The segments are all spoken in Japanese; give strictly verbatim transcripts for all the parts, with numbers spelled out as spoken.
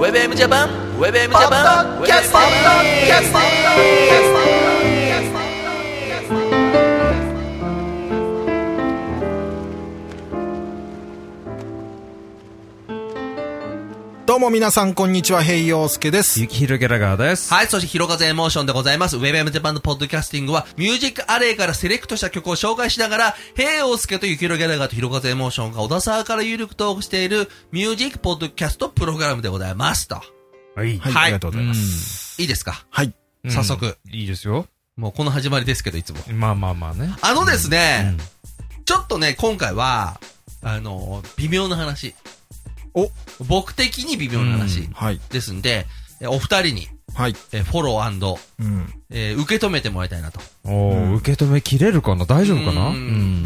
ウェブエムジャパンウェブエムジャパンキャステどうも皆さんこんにちは、平洋介です。 ゆきひろギャラガーです。 はい、そしてひろかぜエモーションでございます。ウェブエムジャパンのポッドキャスティングはミュージックアレイからセレクトした曲を紹介しながら、平洋介とゆきひろギャラガーとひろかぜエモーションが小田沢から有力トークしているミュージックポッドキャストプログラムでございますと。 はい。 はい、 はいありがとうございます。 いいですか？ はい。 早速。 いいですよ。 もうこの始まりですけど、いつも。 まあまあまあね。 あのですね、 うん、 ちょっとね、今回は、あの、微妙な話。 お僕的に微妙な話、うん、 はい、 ですんで、お二人に、 はい、 えフォロー&、 うんえー、受け止めてもらいたいなと。 おー、うん、受け止めきれるかな、大丈夫かな、うん、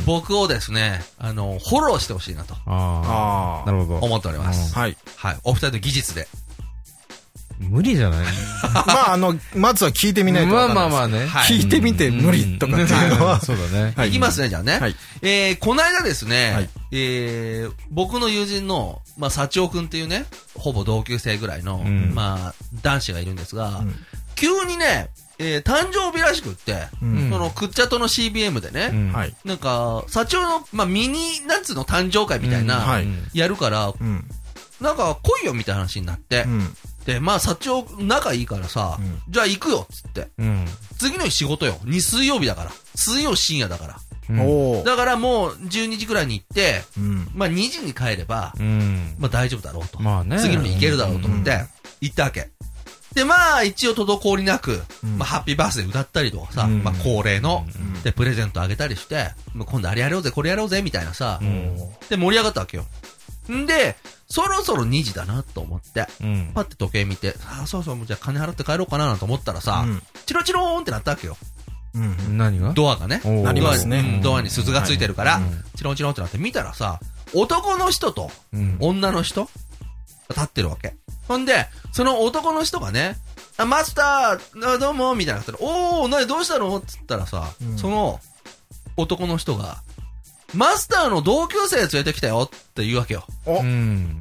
僕をですね、あの、フォローしてほしいなと。 ああ。なるほど。 思っております。 はい。 はい。お二人の技術で。 無理じゃないまあ、あの、まずは聞いてみないとわかんないです。 まあまあまあね。 はい、聞いてみて無理とかっていうのは。 そうだね。 はい。いきますね、じゃあね。 はい。 えー、この間ですね、 はい、 えー、僕の友人の、まあ、幸男くんっていうね、ほぼ同級生ぐらいの、うん、まあ、男子がいるんですが、うん、急にね、えー、誕生日らしくって、うん、その、クッチャトの シービーエム でね、うん、なんか、幸男の、まあ、ミニ、なんつうの、誕生会みたいな、うんはい、やるから、うん、なんか、来いよみたいな話になって、うんで、まあ、幸男仲いいからさ、うん、じゃあ行くよっつって、うん、次の日仕事よ。に水曜日だから。水曜深夜だから。うん、だからもうじゅうにじくらいに行って、うん、まあにじに帰れば、うん、まあ大丈夫だろうと。まあね。次の日行けるだろうと思って、行ったわけ。で、まあ一応滞りなく、うん、まあハッピーバースデー歌ったりとかさ、うん、まあ恒例の、うん、で、プレゼントあげたりして、まあ、今度あれやろうぜ、これやろうぜ、みたいなさ、うん、で、盛り上がったわけよ。んで、そろそろにじだなと思って、うん、パッて時計見て、ああ、そうそう、じゃあ金払って帰ろうかなと思ったらさ、うん、チロチローンってなったわけよ。うん、何がドアがね。 なりますね。 ドアに鈴がついてるから、はい、チロンチロンってなって見たらさ、男の人と女の人が立ってるわけ。ほんで、その男の人がね、あマスター、どうも、みたいな。おー、なにどうしたのって言ったらさ、うん、その男の人が、マスターの同級生連れてきたよって言うわけよ。お、うん、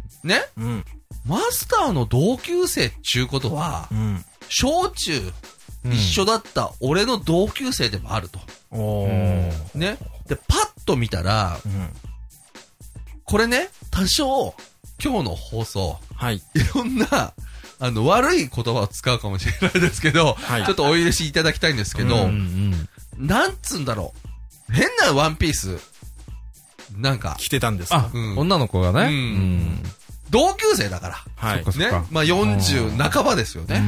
ね、うん、マスターの同級生っちゅうことは、うん、小中一緒だった俺の同級生でもあると。おー、ね。で、パッと見たら、うん、これね、多少、今日の放送、はい、いろんな、あの、悪い言葉を使うかもしれないですけど、はい、ちょっとお許しいただきたいんですけど、うんうん、なんつうんだろう。変なワンピース、なんか。 着てたんですか、 うん、女の子がね、うんうん。 同級生だから。はい。ね。まあ、よんじゅう半ばですよね。うん、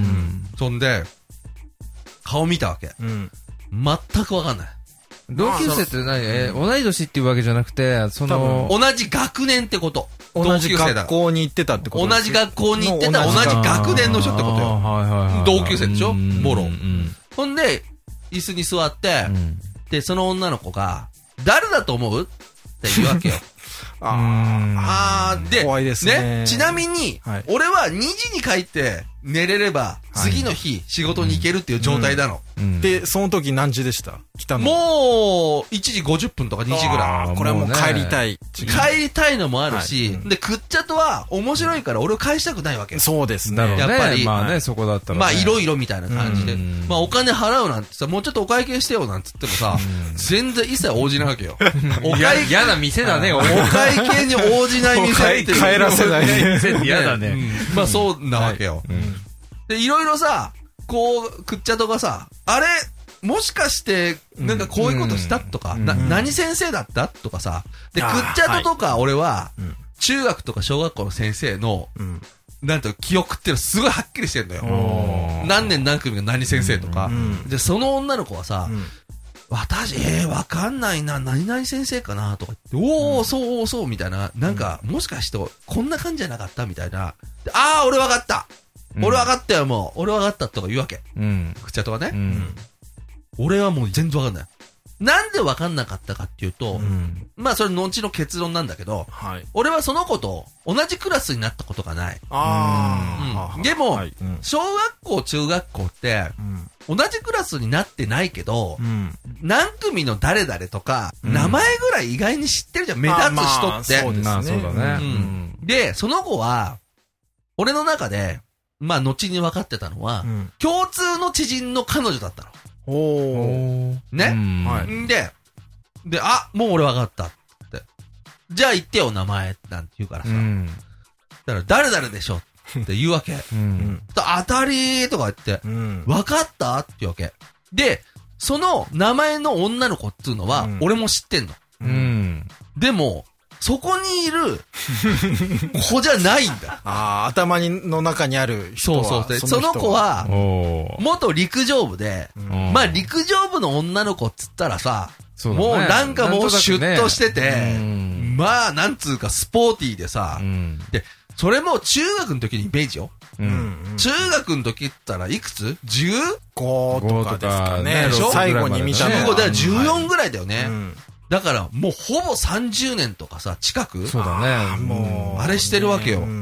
そんで、顔見たわけ。うん、全くわかんない。 同級生って何、えー、同い年っていうわけじゃなくて、その、 同じ学年ってこと。 同じ学校に行ってたってこと同じ学校に行ってた同じ学年の人ってことよ。はいはいはい、同級生でしょもろ。ほんで、椅子に座って、うん、で、その女の子が、誰だと思うって言うわけよ。あー、で、 怖いですね。 ね、ちなみに、はい、俺はにじに帰って寝れれば、次の日仕事に行けるっていう状態なの。 うんうん、で、その時何時でした来たのもう、いちじごじゅっぷんとかにじぐらい。 これはもう帰りたい。 帰りたいのもあるし、はい、で、クッチャトは面白いから俺を返したくないわけ。 そうですね。 やっぱり。まあね、そこだったら、ね。 まあ、いろいろみたいな感じで。まあ、お金払うなんてさ、もうちょっとお会計してよなんつってもさ、全然一切応じないわけよ。 お会計。嫌な店だね、 お会計に応じない店って。 帰らせない店って嫌だね。 まあ、そうなわけよ。で、いろいろさ、こう、クッチャトがさ、あれ、もしかして、なんかこういうことしたとか、な、何先生だったとかさ、で、クッチャトとか俺は、中学とか小学校の先生の、なんと記憶っていうのすごいはっきりしてんだよ。何年何組が何先生とか。で、その女の子はさ、私、えー、わかんないな、何々先生かなとか言って、おー、そう、そう、みたいな、なんか、もしかして、こんな感じじゃなかったみたいな。あー、俺わかった俺わかったよ、もう。俺わかったとか言うわけ。うん。クッチャトはね。うん。俺はもう全然わかんない。なんでわかんなかったかっていうと、うん、まあそれ後の結論なんだけど、はい、俺はその子と同じクラスになったことがない。あうん、でも、はいうん、小学校、中学校って、うん、同じクラスになってないけど、うん、何組の誰々とか、うん、名前ぐらい意外に知ってるじゃん、目立つ人って。 まあ、そうですね。まあ、そうだね、 うん。で、その子は、 俺の中で、まあ、後に分かってたのは、うん、共通の知人の彼女だったの。 おー。 ね、はい、で、で、あ、もう俺分かったって。じゃあ言ってよ、名前なんて言うからさ。うん、だから、誰々でしょって言うわけ。うん、当たりーとか言って、うん、分かったって言うわけ。で、その名前の女の子っていうのは、俺も知ってんの。うん、でも、そこにいる子じゃないんだ。 ああ、頭の中にある人は。 そうそうそう。その子は、元陸上部で、まあ陸上部の女の子っつったらさ、ね、もうなんかもうシュッとしてて、ね、まあなんつうかスポーティーでさ、うん、で、それも中学の時にイメージよ。うん、中学の時って言ったらいくつ ?じゅうごとかですかね。最後に見たのは。 じゅうごだからじゅうよんぐらいだよね。うん、だからもうほぼさんじゅうねんとかさ、近くそうだね。 もう、あれしてるわけよ。うん、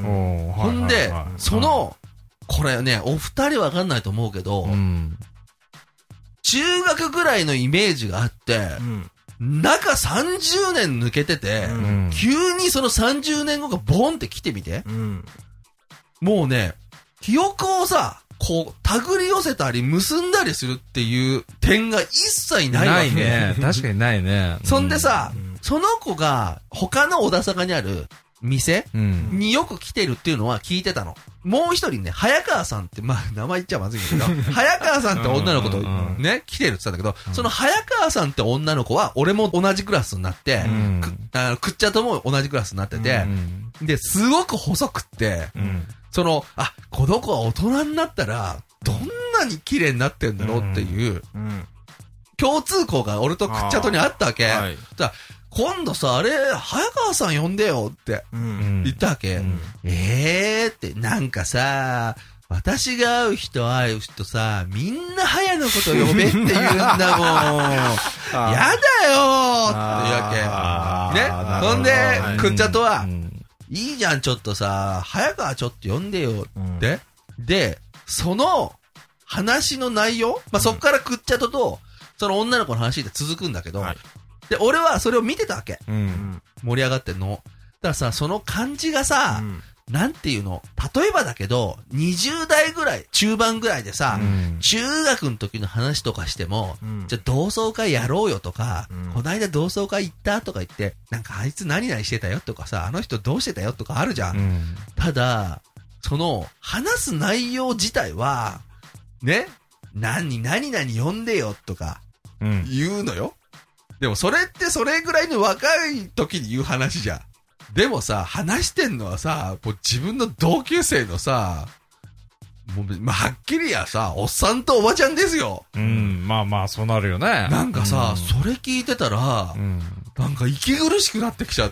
ほんで、その、これね、お二人わかんないと思うけど、うん、中学ぐらいのイメージがあって、うん中さんじゅうねん抜けてて、うん、急にそのさんじゅうねんごがボンって来てみて、うん、もうね、記憶をさ、こう、手繰り寄せたり結んだりするっていう点が一切ないわけ。 ないね。確かにないね。 そんでさ、うん、その子が他の小田坂にある店、うん、によく来てるっていうのは聞いてたの。もう一人ね、早川さんって、まあ名前言っちゃまずいんだけど、早川さんって女の子とね、来てるって言ったんだけど、うん、その早川さんって女の子は俺も同じクラスになって、うん、く, あくっちゃとも同じクラスになってて、うん、で、すごく細くって、うん、その、あ、この子は大人になったら、どんなに綺麗になってんだろうっていう、うんうん、共通項が俺とくっちゃとにあったわけ。はい、だ今度さ、あれ、早川さん呼んでよって言ったわけ。うんうん、えーって、なんかさ、私が会う人会う人さ、みんな早のこと呼べって言うんだもん。やだよーって言うわけ。ね。ほんで、くっちゃとは、うん、いいじゃん、ちょっとさ、早川ちょっと呼んでよって。うん、で、その話の内容、まあ、そっからくっちゃとと、その女の子の話で続くんだけど、はいで、俺はそれを見てたわけ。うん、盛り上がってんの。だからさ、その感じがさ、うん、なんていうの例えばだけど、にじゅう代ぐらい、中盤ぐらいでさ、うん、中学の時の話とかしても、うん、じゃあ同窓会やろうよとか、うん、こないだ同窓会行ったとか言って、なんかあいつ何々してたよとかさ、あの人どうしてたよとかあるじゃん。うん、ただ、その、話す内容自体は、ね、何、何々呼んでよとか、言うのよ。うんでもそれってそれぐらいの若い時に言う話じゃん。でもさ、話してんのはさ、もう自分の同級生のさ、もう、まあ、はっきりやさ、おっさんとおばちゃんですよ。 うん、まあまあ、そうなるよね。 なんかさ、うん、それ聞いてたら、うん、なんか息苦しくなってきちゃって、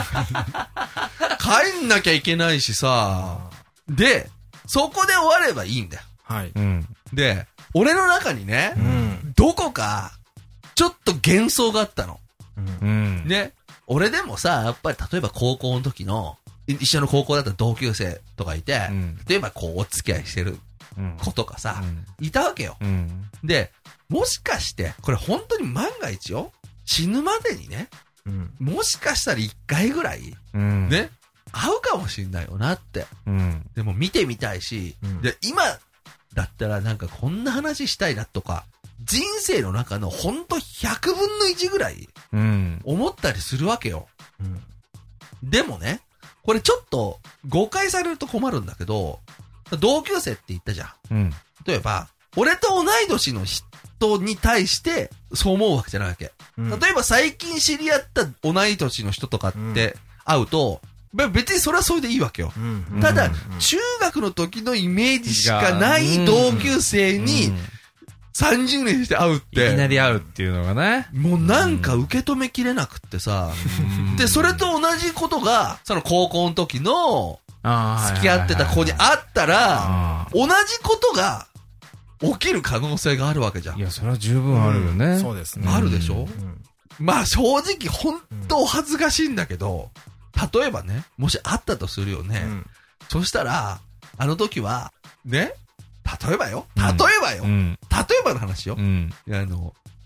帰んなきゃいけないしさ、で、そこで終わればいいんだよ。はい。うん、で、俺の中にね、うん、どこか、ちょっと幻想があったの。うん。ね。俺でもさ、やっぱり例えば高校の時の、一緒の高校だった同級生とかいて、うん、例えばこうお付き合いしてる子とかさ、うん、いたわけよ、うん。で、もしかして、これ本当に万が一よ、死ぬまでにね、うん、もしかしたら一回ぐらい、うん、ね、会うかもしんないよなって。うん、でも見てみたいし、うん、で、今だったらなんかこんな話したいなとか、人生の中のほんとひゃくぶんのいちぐらい思ったりするわけよ、うん、でもねこれちょっと誤解されると困るんだけど同級生って言ったじゃん、うん、例えば俺と同い年の人に対してそう思うわけじゃないわけ、うん、例えば最近知り合った同い年の人とかって会うと、うん、別にそれはそれでいいわけよ、うん、ただ、うん、中学の時のイメージしかない同級生に、うんうんさんじゅうねんして会うって。 いきなり会うっていうのがね。 もうなんか受け止めきれなくってさ。で、それと同じことが、その高校の時の、付き合ってた子に会ったら、同じことが起きる可能性があるわけじゃん。 いや、それは十分あるよね。うん、 そうですね。 あるでしょ、うん、まあ正直ほんと恥ずかしいんだけど、例えばね、もし会ったとするよね。うん、そしたら、あの時は、ね、例えばよ例えばよ、うん、例えばの話よ、うん、あの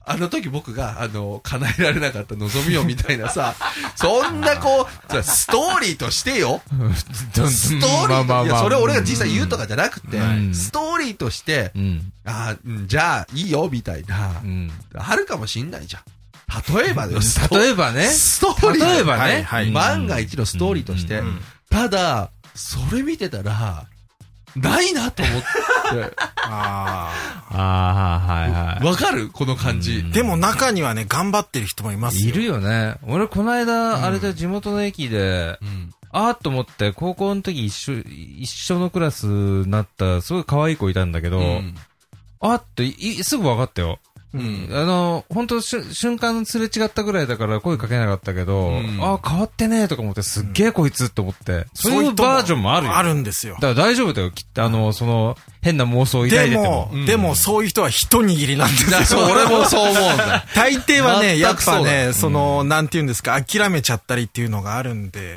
あの時僕が、あの、叶えられなかった望みをみたいなさ、そんなこう、ストーリーとしてよ。ストーリーと、いや、それ俺が実際言うとかじゃなくて、ストーリーとして、ああ、じゃあ、いいよ、みたいな、あるかもしんないじゃん。例えばだよ、 例えばね。 ストーリー。 例えばね。 万が一のストーリーとして。ただ、それ見てたら、ないなと思って。 ああ、はいはい。 わかるこの感じ。 でも中にはね、頑張ってる人もいますよ。 いるよね。俺、この間、あれで地元の駅で、あーっと思って、高校の時一緒、一緒のクラスになった、すごい可愛い子いたんだけど、あーってい、すぐ分かったよ。うん、あの、本当瞬間すれ違ったぐらいだから声かけなかったけど、うん、ああ、変わってねえとか思って、すっげえこいつって思って、うん、そういうバージョンもあるよ。 あるんですよ。 だから大丈夫だよ、きっと、あの、その、変な妄想を抱いてても。 でも、うん、でもそういう人は一握りなんですよ。 そう、俺もそう思うんだ。 大抵はね、やっぱね、その、うん、なんて言うんですか、諦めちゃったりっていうのがあるんで。 うん、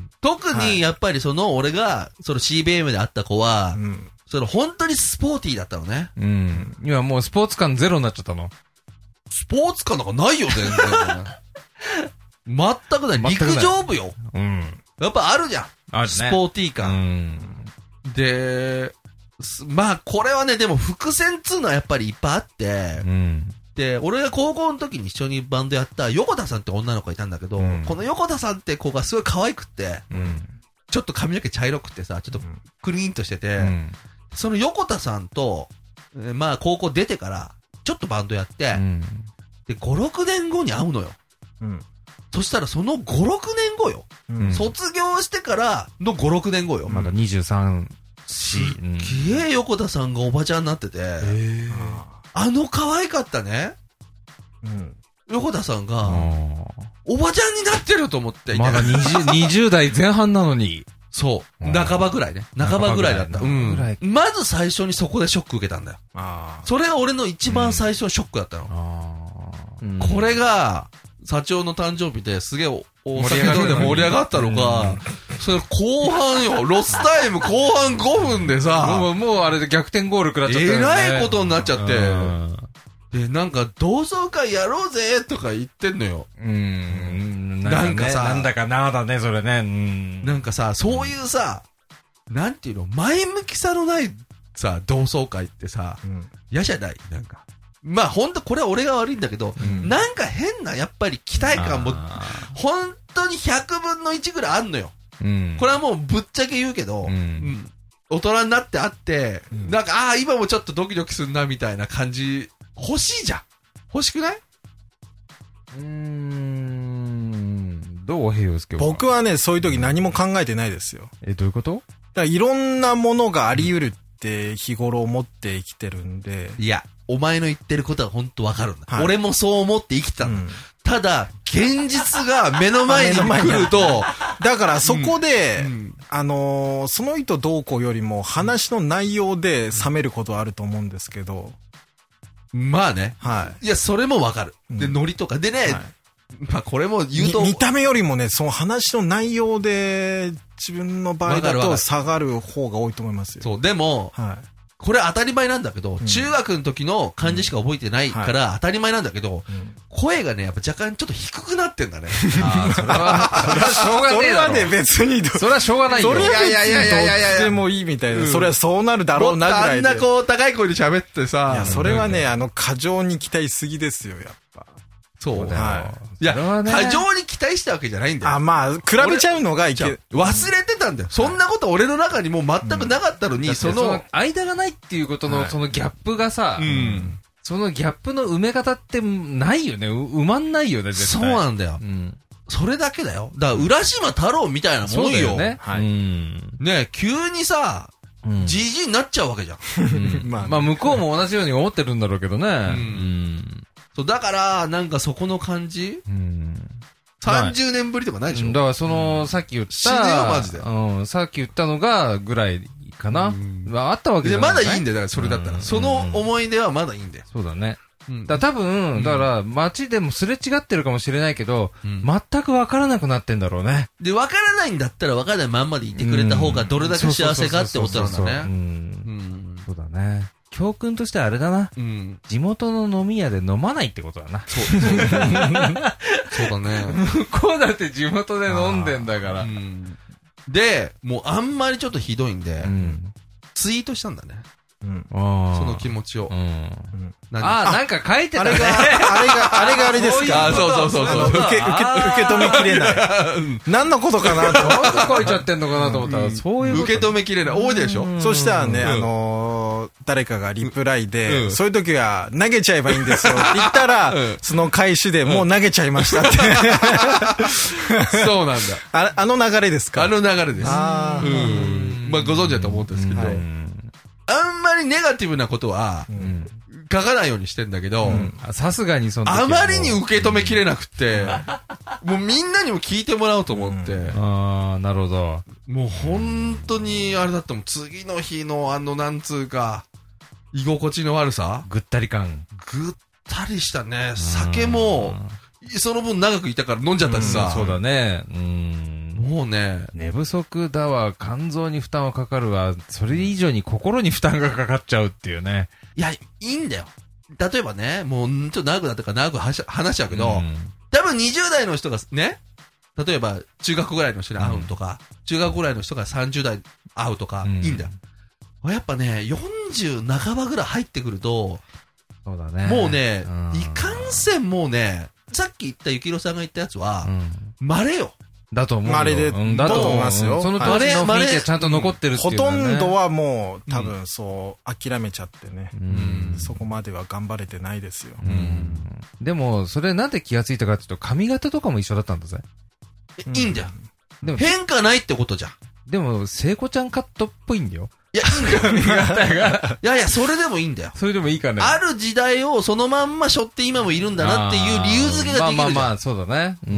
特に、やっぱりその、俺が、その シービーエム で会った子は、うん、その、本当にスポーティーだったのね。 うん。今もうスポーツ感ゼロになっちゃったの。 スポーツ感なんかないよ、全然。全くない。陸上部よ。うん。やっぱあるじゃん。あるね。スポーティー感。うん。で、まあ、これはね、でも伏線っつうのはやっぱりいっぱいあって、うん。で、俺が高校の時に一緒にバンドやった横田さんって女の子がいたんだけど、うん、この横田さんって子がすごい可愛くって、うん。ちょっと髪の毛茶色くってさ、ちょっとクリーンとしてて、うん、その横田さんと、まあ高校出てから、ちょっとバンドやって、うん、で、ご、ろくねんごに会うのよ。うん、そしたらそのご、ろくねんごよ。うん、卒業してからのご、ろくねんごよ。 まだにじゅうさん、 すっげえ横田さんがおばちゃんになってて、あの可愛かったね。うん、横田さんが、おばちゃんになってると思って。 まだにじゅう、にじゅう代前半なのに。 そう。半ばぐらいね。半ばぐらいだった。うん。まず最初にそこでショック受けたんだよ。あそれが俺の一番最初のショックだったの。うん、これが、社長の誕生日ですげえお酒飲んで盛り上がったのか、それ後半よ、ロスタイム後半ごふんでさ、 もう、もうあれで逆転ゴール食らっちゃったよね。 えらいことになっちゃって。で、なんか、同窓会やろうぜとか言ってんのよ。うん。なんかさ、 なんだかなだね、それね。うん。 なんかさ、そういうさ、なんていうの、前向きさのないさ、同窓会ってさ、嫌、うん、じゃないなんか。まあ、ほんと、これは俺が悪いんだけど、うん、なんか変な、やっぱり期待感も、本当にひゃくぶんのいちぐらいあんのよ。うん。これはもうぶっちゃけ言うけど、うん。うん、大人になってあって、うん、なんか、ああ、今もちょっとドキドキすんな、みたいな感じ、欲しいじゃん。欲しくない？ うーん。どう平洋介は？ 僕はね、そういう時何も考えてないですよ。 え、どういうこと？ だからいろんなものがあり得るって日頃思って生きてるんで。 いや、お前の言ってることは本当わかるんだ、はい。俺もそう思って生きてたんだ。うん、ただ、現実が目の前に来ると。 だからそこで、うんうん、あのー、その人どうこうよりも話の内容で冷めることはあると思うんですけど。 まあね。はい。いや、それもわかる。で、ノリとか。でね、はい、まあこれも言うと。 見た目よりもね、その話の内容で自分の場合だと下がる方が多いと思いますよ。 そう、でも、はい、これ当たり前なんだけど、うん、中学の時の漢字しか覚えてないから当たり前なんだけど、うん、声がね、やっぱ若干ちょっと低くなってんだね。ああ、それは、それはしょうがねえだろ。 それはね、別に。 それはしょうがないよ。 それは別にどっちでもいいみたいな。うん、それはそうなるだろうなぐらいで。 あんなこう、高い声で喋ってさ。 いや、それはね、あの、過剰に期待しすぎですよ、やっぱ。 そうだよ。はい。いや、ね、過剰に期待したわけじゃないんだよ。 あ、まあ、比べちゃうのがいけ、 忘れてたんだよ。そんなこと俺の中にもう全くなかったのに、うん、 その、間がないっていうことの、はい、そのギャップがさ、うん、そのギャップの埋め方ってないよね。埋まんないよね、絶対。 そうなんだよ。うん、それだけだよ。だから、浦島太郎みたいなもんよ。そうだよね。はい。うん、ね、急にさ、じじいになっちゃうわけじゃん。 うん、まあ、まあ、向こうも同じように思ってるんだろうけどね。うん。うんそう、だから、なんかそこの感じ、うん、さんじゅうねんぶりとかないでしょ、 うん、だからその、うん、さっき言った、死ねよ、マジで。うん、さっき言ったのが、ぐらいかな。うん、あったわけじゃない。 まだいいんだよ、だからそれだったら。うん、その思い出はまだいいんだよ。 そうだね。うん、だ多分、だから、街でもすれ違ってるかもしれないけど、うん、全くわからなくなってんだろうね。 で、わからないんだったらわからないまんまでいてくれた方がどれだけ幸せかってことなんだね。うん。 そうだね。 教訓としてあれだな。 うん。 地元の飲み屋で飲まないってことだな。 そう、そう。そうだね。 向こうだって地元で飲んでんだから。 うん、で、もうあんまりちょっとひどいんで、うん、ツイートしたんだね。うん、その気持ちを。うん、 ああ、なんか書いてたね。 あれが、あれが、あれがあれですか。 あ、そうそうそうそう。 受け、受け、受け止めきれない。何のことかなと。 なんか書いちゃってんのかなと思ったら、そういう受け止めきれない。多いでしょ。 そしたらね、あの、誰かがリプライで、そういう時は投げちゃえばいいんですよって言ったら、その返しでもう投げちゃいましたって。 そうなんだ。 あ、あの流れですか？ あの流れです。あうん。まあご存知だと思うんですけど、あんまりネガティブなことは、書かないようにしてんだけど、 さすがにそのあまりに受け止めきれなくって、もうみんなにも聞いてもらおうと思って。うん、 ああ、なるほど。 もう本当にあれだったもん、次の日のあのなんつうか、居心地の悪さぐったり感。 ぐったりしたね。酒も、その分長くいたから飲んじゃったしさ。 うん、そうだね。うんもうね。 寝不足だわ、肝臓に負担はかかるわ、それ以上に心に負担がかかっちゃうっていうね。 いや、いいんだよ。例えばね、もう、ちょっと長くなったから長く話しちゃうけど、うん、多分にじゅう代の人がね、例えば中学ぐらいの人に会うとか、うん、中学ぐらいの人がさんじゅう代会うとか、うん、いいんだよ。やっぱね、よんじゅう半ばぐらい入ってくると、 そうだね。 もうね、うん、いかんせんもうね、さっき言ったゆきろさんが言ったやつは、稀、うん、よ。 だと思うよ。 あれで、 うん、だと思いますよ。その当時の雰囲気がちゃんと残ってるっていう、ね、 ほとんどはもう、多分そう、諦めちゃってね。うん、そこまでは頑張れてないですよ。うん、 でも、それなんで気がついたかっていうと、髪型とかも一緒だったんだぜ。 いいんだよ。でも変化ないってことじゃん。 でも、聖子ちゃんカットっぽいんだよ。 いや、いいんだよ。髪型が。いやいや、それでもいいんだよ。 それでもいいかね。 ある時代をそのまんま背負って今もいるんだなっていう理由付けができるじゃん。まあまあまあ、 そうだね。うん。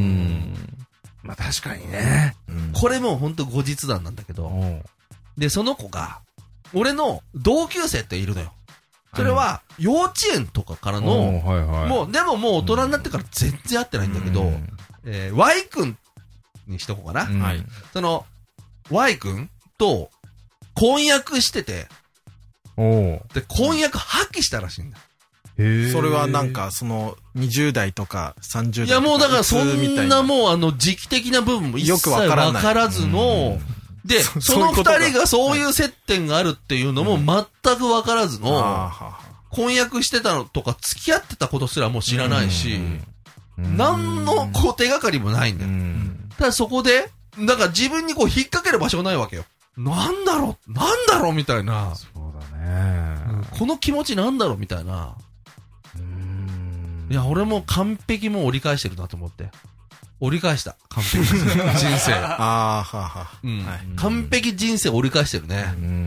まあ確かにね。 うん、これもうほんと後日談なんだけど、で、その子が、俺の同級生っているのよ。それは、幼稚園とかからの、はいはい、もう、でももう大人になってから全然会ってないんだけど、うん、えー、Y 君にしとこうかな。うん、はい。その、Y 君と婚約してて、おで、婚約破棄したらしいんだ。 それはなんか、その、にじゅう代とかさんじゅう代とか。 いやもうだからそんなもうあの時期的な部分も一切わからずの、で、その二人がそういう接点があるっていうのも全くわからずの、婚約してたのとか付き合ってたことすらもう知らないし、何のこう手がかりもないんだよ。ただそこで、だから自分にこう引っ掛ける場所がないわけよ。なんだろうなんだろうみたいな。 そうだね。 この気持ちなんだろうみたいな。いや、俺も完璧もう折り返してるなと思って。折り返した。完璧。人生。ああ、はあ、はあ。うん。完璧人生折り返してるね。うん。うん。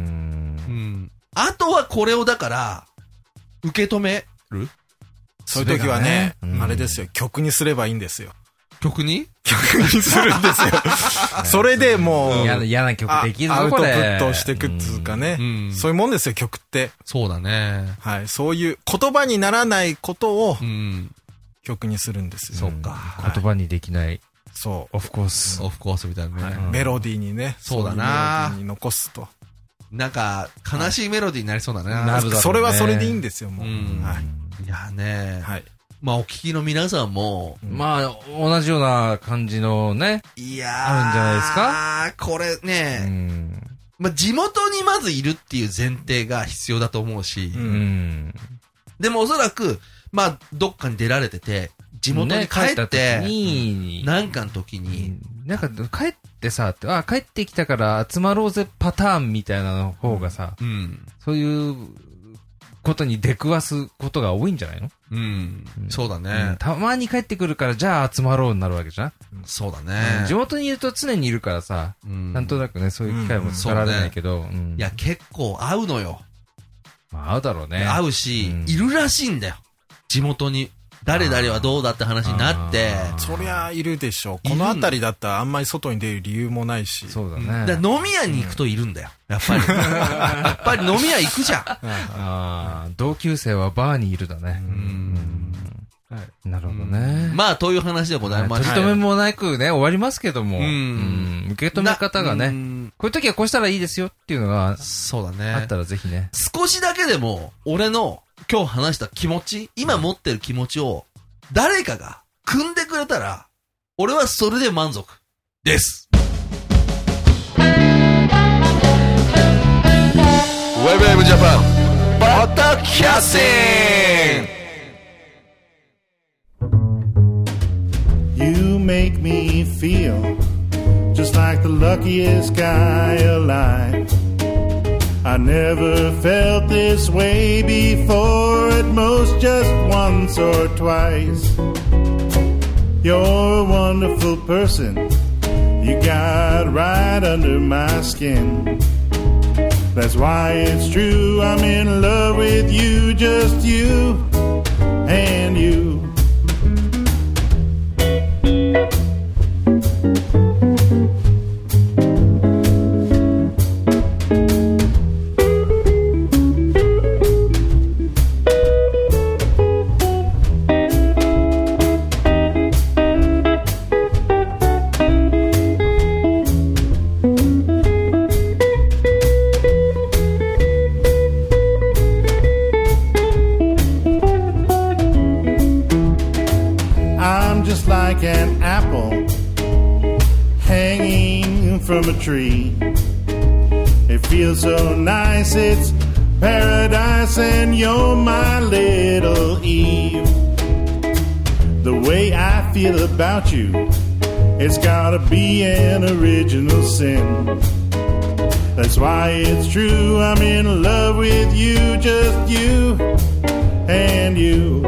あとはこれをだから、受け止める？ そういう時はね、あれですよ。曲にすればいいんですよ。 曲に曲にするんですよ。それでもう、 嫌な曲できるぞ、 アウトプットしてくっつうかね、うん。そういうもんですよ、曲って。 そうだね。 はい。そういう言葉にならないことを、曲にするんですよ。 そうか。 言葉にできない。 そう。 オフコース。 オフコースみたいなね。はい、 メロディーにね。 そうだな。 メロディーに残すと。 なんか、悲しいメロディーになりそうだね。なるほど。それはそれでいいんですよ、もう。うん、 はい。いやね。はい。まあ、お聞きの皆さんも。 まあ、同じような感じのね。 いやー。 あるんじゃないですか？ あー、これね。うん。まあ、地元にまずいるっていう前提が必要だと思うし。うん。でもおそらく、まあ、どっかに出られてて、地元に帰って、なんかの時に。 なんか、帰ってさ、あ、帰ってきたから集まろうぜパターンみたいなの方がさ、うん。そういうことに出くわすことが多いんじゃないの？ うん。そうだね、うん。 たまに帰ってくるから、じゃあ集まろうになるわけじゃん？ そうだね、 うん。地元にいると常にいるからさ、うん、なんとなくね、そういう機会も作られないけど。うんうんね、いや、結構会うのよ。 まあ、会うだろうね。 会うし、うん、いるらしいんだよ。地元に。誰々はどうだって話になって。 そりゃいるでしょう。この辺りだったらあんまり外に出る理由もないし。 そうだね。 だから飲み屋に行くといるんだよ。やっぱり。やっぱり飲み屋行くじゃん。 ああ、同級生はバーにいるだね。うん。 はい、なるほどね。 まあ、という話でございました。 取り留めもなくね、終わりますけども、うん、受け止め方がね、こういう時はこうしたらいいですよっていうのが、 そうだね。 あったらぜひね。 少しだけでも、俺の今日話した気持ち、今持ってる気持ちを、誰かが組んでくれたら、俺はそれで満足です。ウェブウェブジャパン、ポッドキャスティング You make me feel just like the luckiest guy alive. I never felt this way before, at most just once or twice. You're a wonderful person, you got right under my skin. That's why it's true, I'm in love with you, just you and you. Like an apple hanging from a tree. It feels so nice, it's paradise, and you're my little Eve. The way I feel about you, it's gotta be an original sin. That's why it's true, I'm in love with you, just you and you.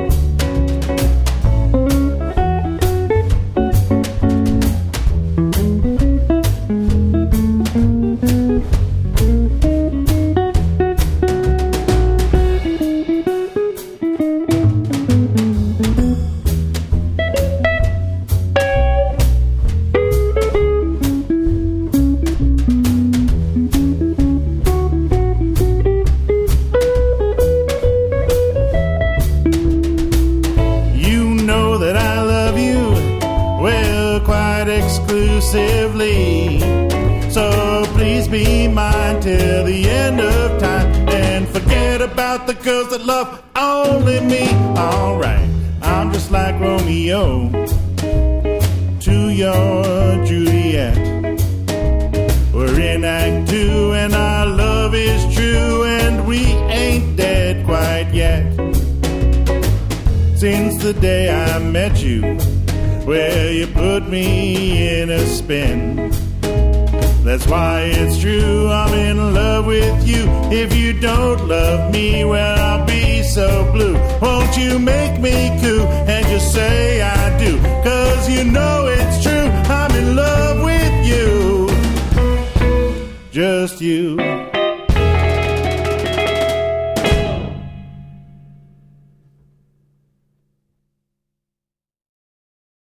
Exclusively, so please be mine till the end of time, and forget about the girls that love only me. Alright, I'm just like Romeo to your Juliet. We're in Act Two and our love is true, and we ain't dead quite yet. Since the day I met you, well, you put me in a spin. That's why it's true, I'm in love with you. If you don't love me, well, I'll be so blue. Won't you make me cool and just say I do? 'Cause you know it's true, I'm in love with you. Just you.